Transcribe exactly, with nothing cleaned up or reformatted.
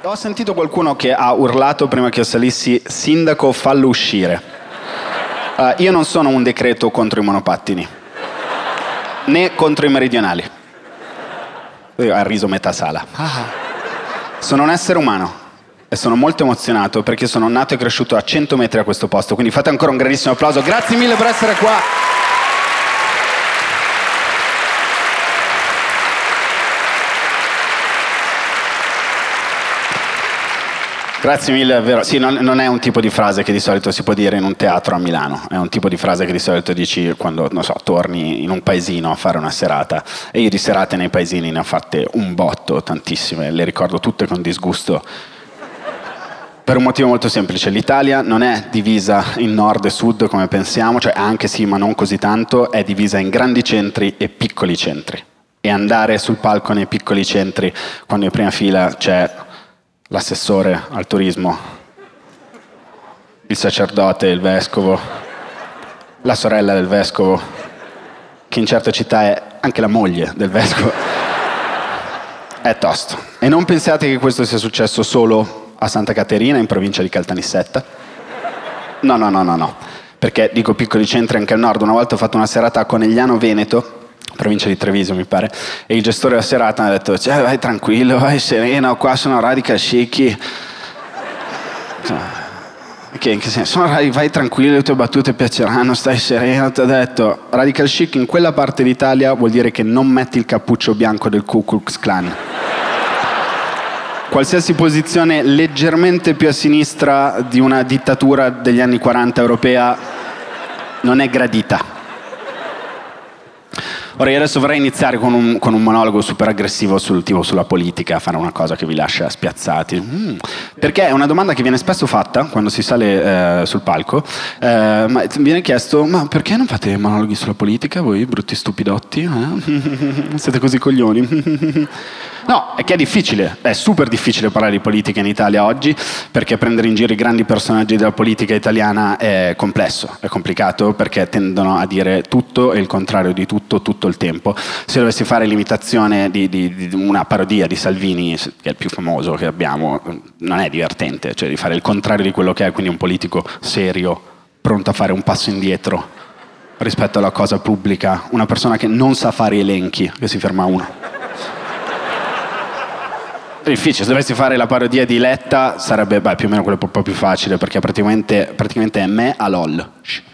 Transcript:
Ho sentito qualcuno che ha urlato prima che io salissi: sindaco, fallo uscire. Uh, io non sono un decreto contro i monopattini, né contro i meridionali. Io ho riso metà sala. Sono un essere umano e sono molto emozionato perché sono nato e cresciuto a cento metri da questo posto, quindi fate ancora un grandissimo applauso. Grazie mille per essere qua. Grazie mille, è vero. Sì, non, non è un tipo di frase che di solito si può dire in un teatro a Milano, è un tipo di frase che di solito dici quando, non so, torni in un paesino a fare una serata. E io di serate nei paesini ne ho fatte un botto, tantissime, le ricordo tutte con disgusto. Per un motivo molto semplice: l'Italia non è divisa in nord e sud come pensiamo, cioè anche sì, ma non così tanto, è divisa in grandi centri e piccoli centri. E andare sul palco nei piccoli centri, quando in prima fila c'è l'assessore al turismo, il sacerdote, il vescovo, la sorella del vescovo, che in certe città è anche la moglie del vescovo, è tosto. E non pensiate che questo sia successo solo a Santa Caterina, in provincia di Caltanissetta. No, no, no, no, no. Perché dico piccoli centri anche al nord. Una volta ho fatto una serata a Conegliano Veneto, provincia di Treviso mi pare, e il gestore della serata mi ha detto: cioè, vai tranquillo, vai sereno, qua sono radical chic. Che, in che senso? Sono, vai tranquillo, le tue battute piaceranno, stai sereno. Ti ho detto, radical chic in quella parte d'Italia vuol dire che non metti il cappuccio bianco del Ku Klux Klan. Qualsiasi posizione leggermente più a sinistra di una dittatura degli anni quaranta europea non è gradita. Ora io adesso vorrei iniziare con un, con un monologo super aggressivo sul tipo sulla politica, fare una cosa che vi lascia spiazzati, mm. perché è una domanda che viene spesso fatta quando si sale eh, sul palco, eh, ma viene chiesto: ma perché non fate monologhi sulla politica voi brutti stupidotti? Eh? Siete così coglioni? No, è che è difficile, è super difficile parlare di politica in Italia oggi, perché prendere in giro i grandi personaggi della politica italiana è complesso, è complicato, perché tendono a dire tutto e il contrario di tutto tutto il tempo. Se dovessi fare l'imitazione di, di, di una parodia di Salvini, che è il più famoso che abbiamo, non è divertente, cioè di fare il contrario di quello che è, quindi un politico serio, pronto a fare un passo indietro rispetto alla cosa pubblica, una persona che non sa fare elenchi, che si ferma a uno. È difficile. Se dovessi fare la parodia di Letta sarebbe beh, più o meno quello un po' più facile, perché praticamente, praticamente è me a LOL.